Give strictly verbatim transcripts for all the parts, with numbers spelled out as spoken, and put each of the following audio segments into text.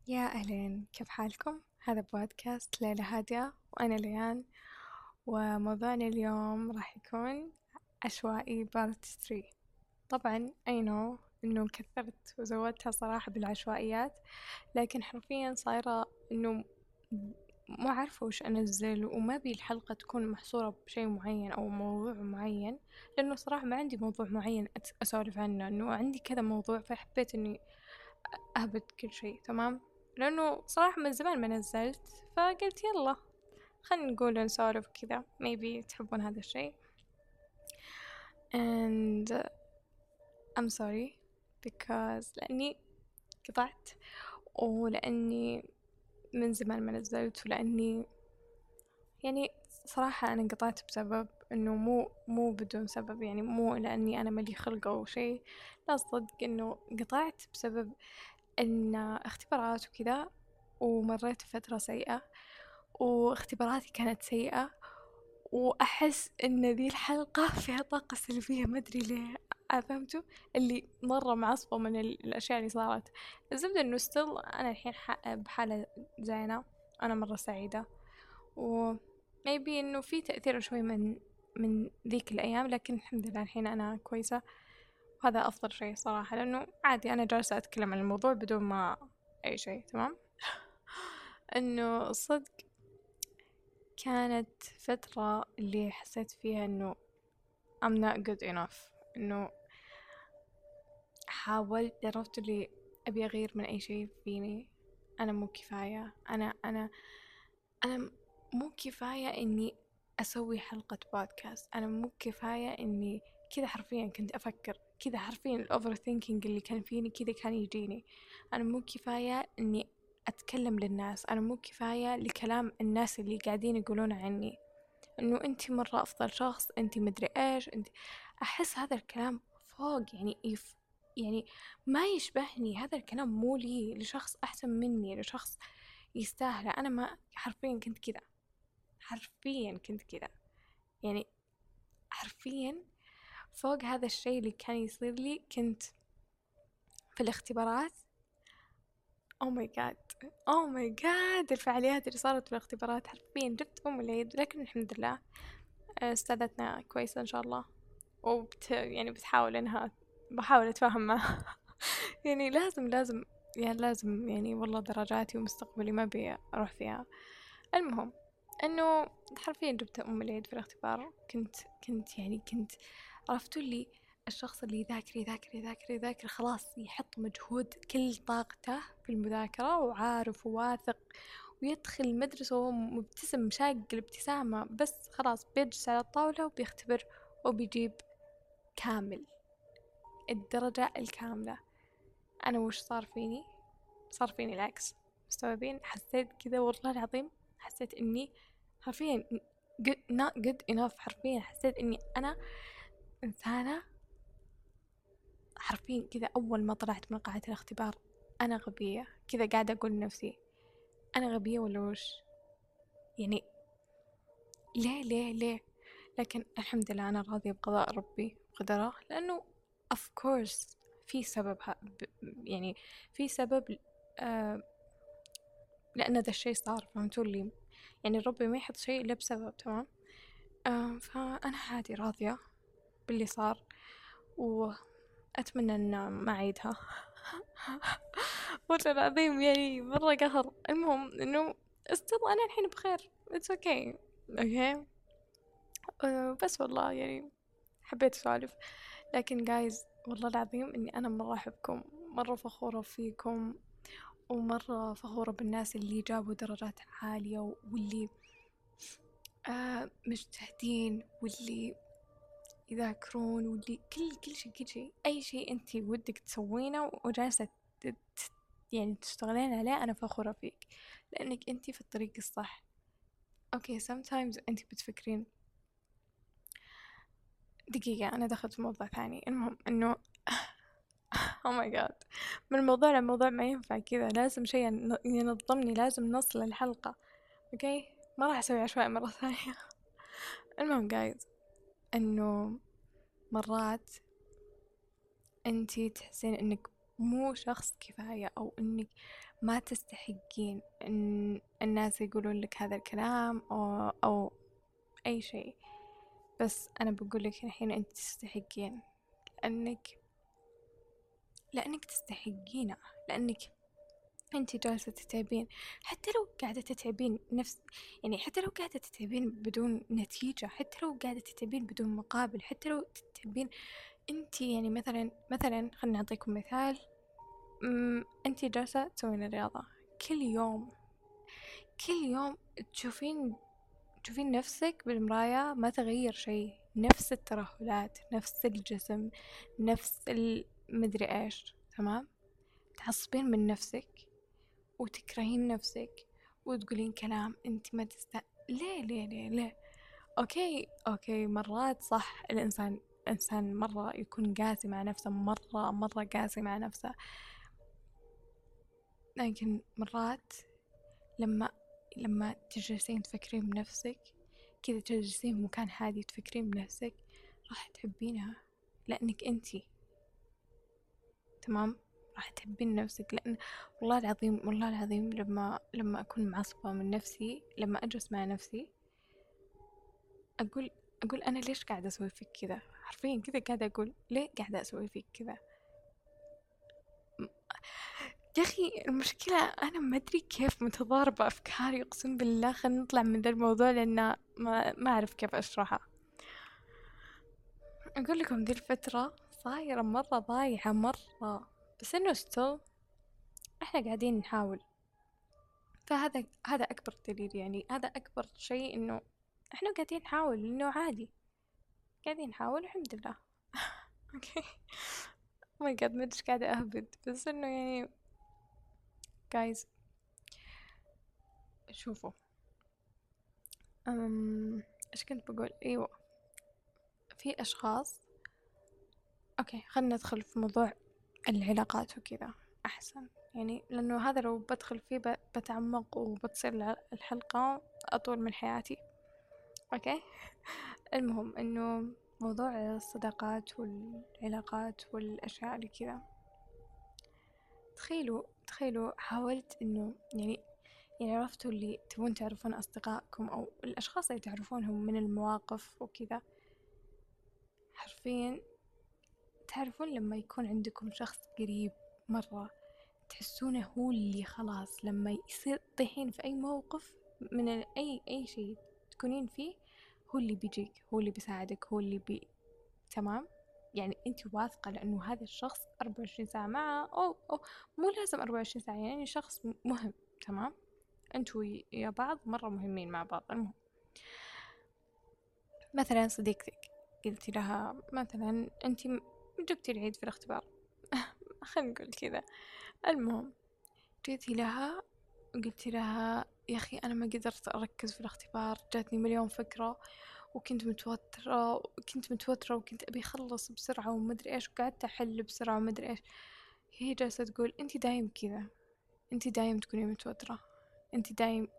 يا أهلين، كيف حالكم؟ هذا بودكاست ليلة هادية وأنا ليان. وموضوعنا اليوم راح يكون عشوائي بارت ثري. طبعا I know إنه كثرت وزودتها صراحة بالعشوائيات، لكن حرفيا صايرة إنه مو عارفة وش أنزل، وما أبي الحلقة تكون محصورة بشيء معين أو موضوع معين، لأنه صراحة ما عندي موضوع معين أت- أسولف عنه، إنه عندي كذا موضوع فحبيت إني أهبط كل شيء. تمام، لأنه صراحة من زمان ما نزلت، فقلت يلا خلينا نقول نسولف كذا maybe تحبون هذا الشيء. and I'm sorry because لأني قطعت، ولأني من زمان ما نزلت، ولأني يعني صراحة أنا قطعت بسبب إنه مو مو بدون سبب، يعني مو لأني أنا ملي خلق أو شيء، لا صدق إنه قطعت بسبب إن اختبارات وكذا، ومريت فترة سيئة واختباراتي كانت سيئة، وأحس إن ذي الحلقة فيها طاقة سلبية ما أدري ليه. فهمتوا اللي مرة معصبة من ال- الأشياء اللي صارت. الزبدة إنه ستيل أنا الحين ح- بحالة زينة، أنا مرة سعيدة، و maybe إنه في تأثير شوي من من ذيك الأيام، لكن الحمد لله الحين أنا كويسة، وهذا أفضل شيء صراحة، لأنه عادي أنا جالسة أتكلم عن الموضوع بدون ما أي شيء. تمام. إنه صدق كانت فترة اللي حسيت فيها إنه I'm not good enough، إنه حاولت، عرفت اللي أبي أغير من أي شيء فيني. أنا مو كفاية، أنا أنا أنا مو كفاية إني أسوي حلقة بودكاست، أنا مو كفاية إني كذا. حرفيا كنت أفكر كذا، حرفيا الأوفر ثينكينج اللي كان فيني كذا كان يجيني. أنا مو كفاية إني أتكلم للناس، أنا مو كفاية لكلام الناس اللي قاعدين يقولون عني إنه أنتي مرة أفضل شخص، أنتي مدري إيش أنتي. أحس هذا الكلام فوق، يعني يف يعني ما يشبهني. هذا الكلام مو لي، لشخص أحسن مني، لشخص يستاهله. أنا ما حرفيا كنت كذا، حرفيا كنت كذا، يعني حرفيا فوق هذا الشيء اللي كان يصير لي. كنت في الاختبارات، او ماي جاد، او ماي جاد، الفعاليات اللي صارت في الاختبارات حرفيا جبت ام العيد، لكن الحمد لله استاذتنا كويسة ان شاء الله، وبت يعني بتحاول انها بحاول اتفاهم معها. يعني لازم لازم يعني لازم يعني والله درجاتي ومستقبلي ما بي اروح فيها. المهم انه حرفيا جبت ام العيد في الاختبار. كنت كنت يعني كنت عرفتوا اللي الشخص اللي يذاكر يذاكر يذاكر يذاكر خلاص، يحط مجهود كل طاقته في المذاكرة، وعارف وواثق، ويدخل المدرسة وهو مبتسم مشاق الابتسامة، بس خلاص بيجلس على الطاولة وبيختبر وبيجيب كامل، الدرجة الكاملة. أنا وش صار فيني؟ صار فيني العكس. مستوعبين؟ حسيت كذا والله العظيم، حسيت إني حرفيا good, not good enough. حرفيا حسيت إني أنا إنسانة، حرفيا كذا أول ما طلعت من قاعة الاختبار أنا غبية، كذا قاعدة أقول لنفسي أنا غبية ولا وش؟ يعني ليه ليه ليه؟ لكن الحمد لله أنا راضية بقضاء ربي وقدره، لأنه of course في سبب، ها ب- يعني في سبب. آه لأن ذا الشي صار، فهمتوا اللي يعني ربي ما يحط شيء إلا بسبب. تمام. آه فأنا عادي راضية باللي صار، وأتمنى أن ما أعيدها. والله العظيم يعني مرة قهر. المهم إنه استل أنا الحين بخير، it's okay okay. آه بس والله يعني حبيت أسولف. لكن جايز والله العظيم إني أنا مرة أحبكم، مرة فخورة فيكم، ومرة فخورة بالناس اللي جابوا درجات عالية، واللي آه مجتهدين، واللي يذاكرون، واللي كل كل شيء كل شيء أي شيء أنت ودك تسوينه وجالسة ت- ت- يعني تشتغلين عليه. أنا فخورة فيك لأنك أنت في الطريق الصح. أوكي sometimes أنت بتفكرين دقيقة أنا دخلت في موضوع ثاني. المهم إنه oh my god، من الموضوع لموضوع ما ينفع كذا، لازم شيء ين- ينظمني، لازم نصل الحلقة. اوكي ما راح اسوي عشوائي مرة ثانية. المهم جايز انه مرات انتي تحسين انك مو شخص كفاية، او انك ما تستحقين إن الناس يقولون لك هذا الكلام أو, أو أي شيء، بس أنا بقول لك الحين أنت تستحقين، لأنك لأنك تستحقينه، لأنك أنت جالسة تتعبين، حتى لو قاعدة تتعبين نفس يعني حتى لو قاعدة تتعبين بدون نتيجة، حتى لو قاعدة تتعبين بدون مقابل، حتى لو تتعبين أنت يعني مثلا مثلا خلنا نعطيكم مثال. أمم، أنت جالسة تسوين الرياضة كل يوم، كل يوم تشوفين تشوفين نفسك بالمراية، ما تغير شيء، نفس الترهلات، نفس الجسم، نفس المدري إيش، تمام؟ تعصبين من نفسك وتكرهين نفسك وتقولين كلام انت ما تست ليه ليه ليه ليه اوكي اوكي مرات صح، الانسان انسان مرة يكون قاسي مع نفسه، مرة مرة قاسي مع نفسه، لكن مرات لما لما تجلسين تفكرين بنفسك كذا، تجلسين بمكان هادي تفكرين بنفسك، راح تحبينها لأنك أنتي، تمام؟ راح تحبين نفسك، لأن والله العظيم والله العظيم لما لما أكون معصبة من نفسي، لما أجلس مع نفسي أقول أقول أنا ليش قاعدة أسوي فيك كذا، حرفيا كذا قاعدة أقول ليه قاعدة أسوي فيك كذا. يا أخي المشكلة أنا ما أدري كيف متضاربة أفكاري، أقسم بالله. خلينا نطلع من ذا الموضوع لأن ما ما أعرف كيف أشرحه. أقول لكم ذي الفترة صايرة مرة ضايعة مرة، بس إنه ستيل إحنا قاعدين نحاول، فهذا هذا أكبر دليل، يعني هذا أكبر شيء إنه إحنا قاعدين نحاول، إنه عادي قاعدين نحاول الحمد لله. أوكي ماي جاد ما أدري قاعدة أهبد، بس إنه يعني جايز شوفوا، أم إيش كنت بقول؟ أيوة، في أشخاص، أوكي خلنا ندخل في موضوع العلاقات وكذا أحسن، يعني لأنه هذا لو بدخل فيه ب- بتعمق وبتصير الع- الحلقة أطول من حياتي. أوكي المهم إنه موضوع الصداقات والعلاقات والأشياء اللي كذا، تخيلوا تخيلوا حاولت إنه يعني يعني عرفتوا اللي تبون تعرفون أصدقائكم أو الأشخاص اللي تعرفونهم من المواقف وكذا، حرفيا تعرفون لما يكون عندكم شخص قريب مرة تحسونه هو اللي خلاص لما يصير تطيحين في أي موقف من ال- أي أي شيء تكونين فيه، هو اللي بيجيك، هو اللي بيساعدك، هو اللي بي تمام، يعني أنت واثقة لأنه هذا الشخص أربعة وعشرين ساعة معه، أو, أو مو لازم أربعة وعشرين ساعة، يعني شخص مهم، تمام، أنتوا يا بعض مرة مهمين مع بعض. المهم مثلا صديقتك قلتي لها مثلا أنت م- جبتي العيد في الاختبار خلينا نقول كذا، المهم جيتي لها قلتي لها يا أخي أنا ما قدرت أركز في الاختبار، جاتني مليون فكرة وكنت متوترة وكنت متوترة وكنت أبي أخلص بسرعة ومدري إيش، وقعدت أحل بسرعة ومدري إيش. هي جالسة تقول أنتي دايم كذا، أنتي دايم تكوني متوترة، أنتي دايم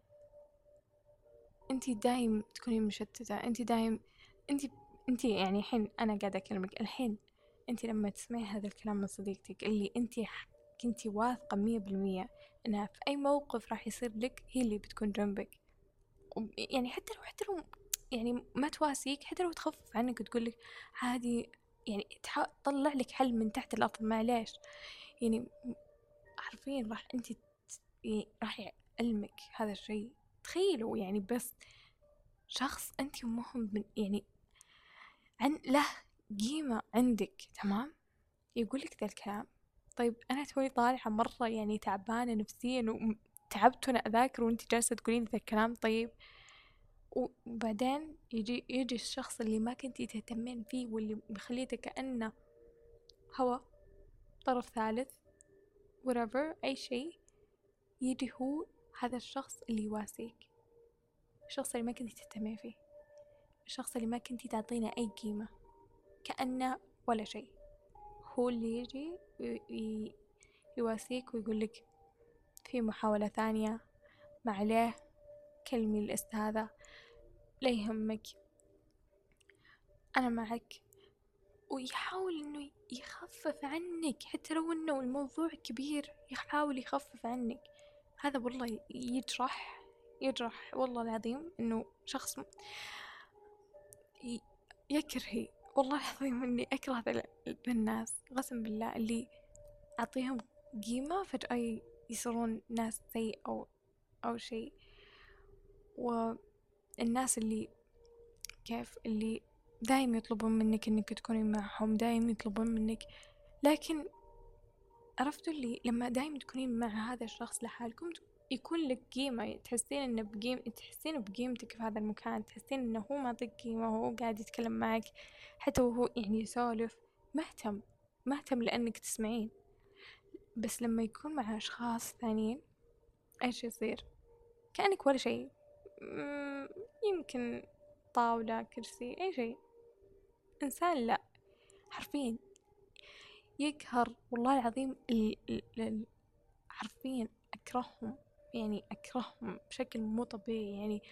أنتي دايم تكوني مشتتة، أنتي دايم أنتي أنتي يعني الحين أنا قاعدة أكلمك الحين، أنتي لما تسمعي هذا الكلام من صديقتك اللي أنتي كنتي واثقة مية بالمية إنها في أي موقف راح يصير لك هي اللي بتكون جنبك، يعني حتى لو حتى لو يعني ما تواسيك، حتى لو تخفف عنك وتقولك عادي، يعني تحاول تطلع لك حل من تحت الأرض، معليش يعني حرفيا راح أنت يعني راح يعلمك هذا الشيء. تخيلوا يعني بس شخص أنت مهم من يعني عن له قيمة عندك، تمام، يقولك ذا الكلام. طيب أنا توي طالعة مرة يعني تعبانة نفسيا وتعبت وأنا أذاكر وأنت جالسة تقولين ذا الكلام، طيب وبعدين يجي يجي الشخص اللي ما كنتي تهتمين فيه واللي مخليته كأنه هوا طرف ثالث whatever أي شيء، يجي هو هذا الشخص اللي يواسيك، الشخص اللي ما كنتي تهتمين فيه، الشخص اللي ما كنتي تعطينه أي قيمة، كأنه ولا شيء، هو اللي يجي ي- يواسيك ويقولك في محاولة ثانية، ما عليه، كلمي الأستاذة، لا يهمك، أنا معك، ويحاول إنه يخفف عنك حتى لو إنه الموضوع كبير، يحاول يخفف عنك. هذا والله يجرح، يجرح والله العظيم. إنه شخص ي- يكرهي، والله العظيم إني أكره ذا ال- ذا الناس قسم بالله، اللي أعطيهم قيمة فجأة ي- يصيرون ناس سيء أو أو شيء. والناس اللي كيف اللي دايم يطلبون منك إنك تكوني معهم، دايم يطلبون منك، لكن عرفتوا اللي لما دايم تكونين مع هذا الشخص لحالكم يكون لك قيمة، تحسين إنه بقيم تحسين بقيمتك في هذا المكان، تحسين إنه هو معطيك قيمة وهو قاعد يتكلم معك حتى وهو يعني يسولف مهتم مهتم لأنك تسمعين. بس لما يكون مع أشخاص ثانيين إيش يصير؟ كأنك ولا شيء، يمكن طاولة كرسي أي شيء. إنسان لا، حرفيا يقهر والله العظيم. ال ال ال حرفيا أكرههم، يعني أكرههم بشكل مو طبيعي. يعني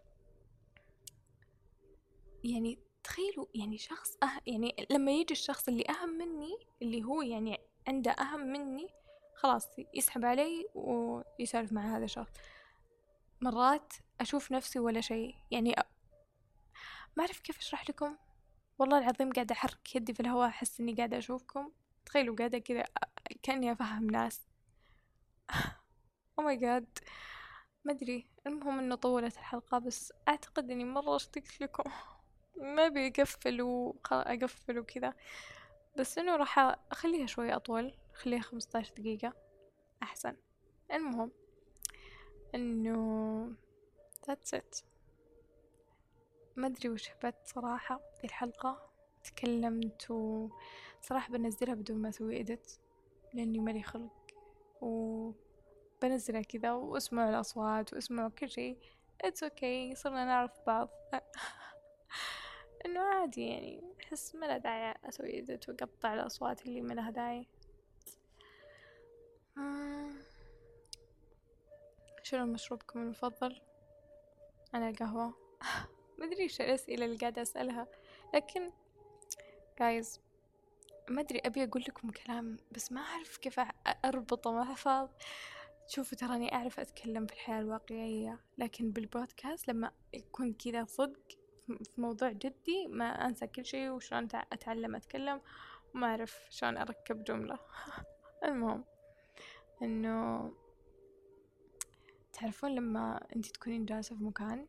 يعني تخيلوا يعني شخص أه يعني لما يجي الشخص اللي أهم مني، اللي هو يعني عنده أهم مني، خلاص يسحب علي ويسولف مع هذا الشخص. مرات أشوف نفسي ولا شيء، يعني أ... ما أعرف كيف أشرح لكم. والله العظيم قاعدة أحرك يدي في الهواء أحس إني قاعدة أشوفكم. تخيلوا قاعدة كذا كأني أفهم ناس. أو ماي جاد، ما أدري. المهم إنه طولت الحلقة، بس أعتقد إني مرة اشتقت لكم. ما أبي أقفل وأقفل وكذا، بس إنه راح أخليها شوي أطول، أخليها خمسطعش دقيقة أحسن. المهم إنه that's it. ما أدري وش هبت صراحة في الحلقة، تكلمت وصراحة بنزلها بدون ما أسوي إيديت لأني مالي خلق، وبنزلها كذا واسمعوا الأصوات واسمعوا كل شيء. it's okay، صرنا نعرف بعض. إنه عادي، يعني أحس ما له داعي أسوي إيديت وأقطع الأصوات اللي ما لها داعي. شنو مشروبكم المفضل؟ أنا القهوة. ما أدري إيش الأسئلة اللي قاعدة أسألها، لكن guys ما أدري أبي أقول لكم كلام بس ما أعرف كيف أربطه مع بعض. شوفوا تراني أعرف أتكلم في الحياة الواقعية، لكن بالبودكاست لما يكون كذا صدق في موضوع جدي ما أنسى كل شيء وشلون أتعلم أتكلم وما أعرف شلون أركب جملة. المهم إنه تعرفون لما أنت تكونين جالسة في مكان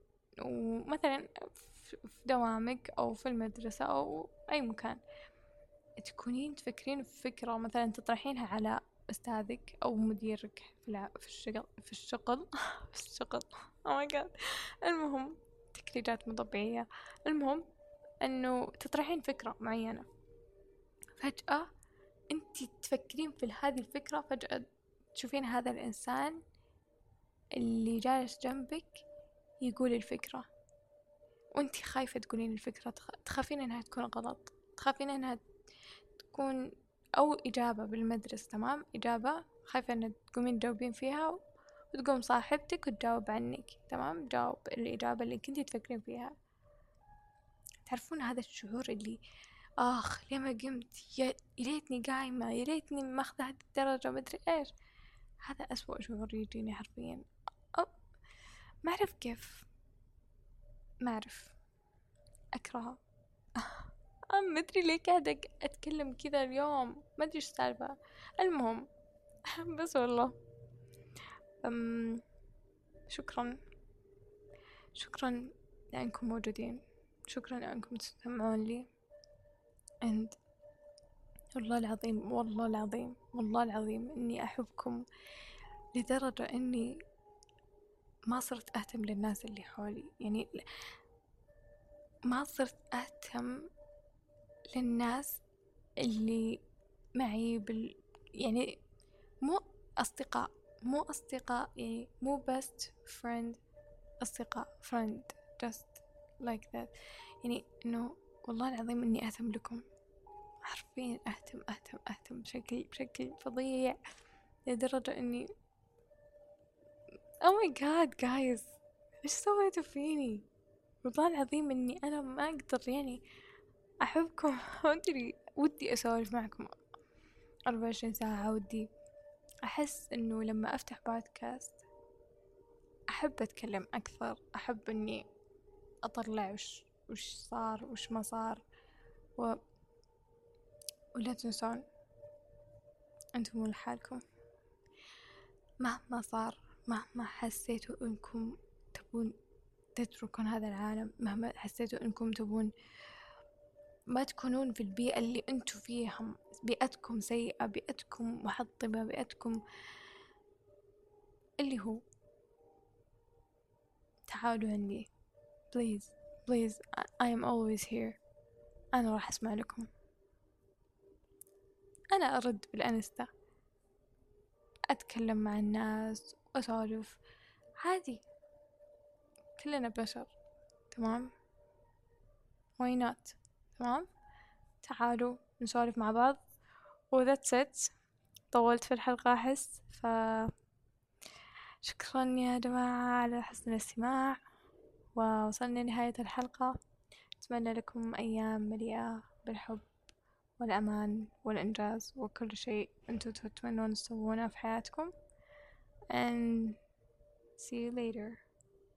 ومثلا في دوامك أو في المدرسة أو أي مكان، تكونين تفكرين في فكرة مثلا تطرحينها على أستاذك أو مديرك في الع... في الشغل في الشغل في الشغل oh my god. المهم تكريجات مو طبيعية. المهم إنه تطرحين فكرة معينة، فجأة أنتي تفكرين في هذه الفكرة، فجأة تشوفين هذا الإنسان اللي جالس جنبك يقول الفكرة وأنتي خايفة تقولين الفكرة، تخ... تخافين إنها تكون غلط، تخافين إنها تكون أو إجابة بالمدرسة، تمام، إجابة خايفة إن تقومين تجاوبين فيها وتقوم صاحبتك وتجاوب عنك، تمام، جاوب الإجابة اللي كنتي تفكرين فيها. تعرفون هذا الشعور اللي آخ ليه ما قمت، يا ريتني قايمة، يا ريتني ماخذة هذه الدرجة، ما أدري إيش. هذا أسوأ شعور يجيني حرفيا. أو ما أعرف كيف، ما أعرف، أكرهه. ما أدري ليه قاعدة أتكلم كذا اليوم، ما أدري إيش السالفة. المهم بس والله أم شكرا شكرا لأنكم موجودين، شكرا لأنكم تسمعون لي. and والله العظيم والله العظيم والله العظيم إني أحبكم لدرجة إني ما صرت أهتم للناس اللي حولي، يعني ما صرت أهتم للناس اللي معي بال يعني مو أصدقاء مو أصدقاء يعني مو best friend، أصدقاء friend just like that. يعني إنه والله العظيم إني أهتم لكم، حرفيا أهتم أهتم أهتم بشكل بشكل فظيع، لدرجة إني oh my god guys إيش سويتوا فيني؟ والله العظيم إني أنا ما أقدر يعني أحبكم. ما أدري، ودي أسولف معكم أربعة وعشرين ساعة. ودي أحس إنه لما أفتح بودكاست أحب أتكلم أكثر، أحب إني أطلع وش وش صار وش ما صار. و... ولا تنسون أنتم مو لحالكم، مهما صار، مهما حسيتوا إنكم تبون تتركون هذا العالم، مهما حسيتوا إنكم تبون ما تكونون في البيئة اللي أنتوا فيها، بيئتكم سيئة، بيئتكم محطمة، بيئتكم اللي هو، تعالوا عندي please please. I am always here. أنا راح أسمع لكم، أنا أرد بالأنستا، أتكلم مع الناس وأسولف عادي، كلنا بشر. تمام؟ why not؟ تمام؟ تعالوا نسولف مع بعض. و that's it. طولت في الحلقة أحس، ف شكرا يا جماعة على حسن الاستماع، ووصلنا لنهاية الحلقة. أتمنى لكم أيام مليئة بالحب والأمان والإنجاز وكل شيء أنتوا تتمنون تسوونه في حياتكم. and see you later.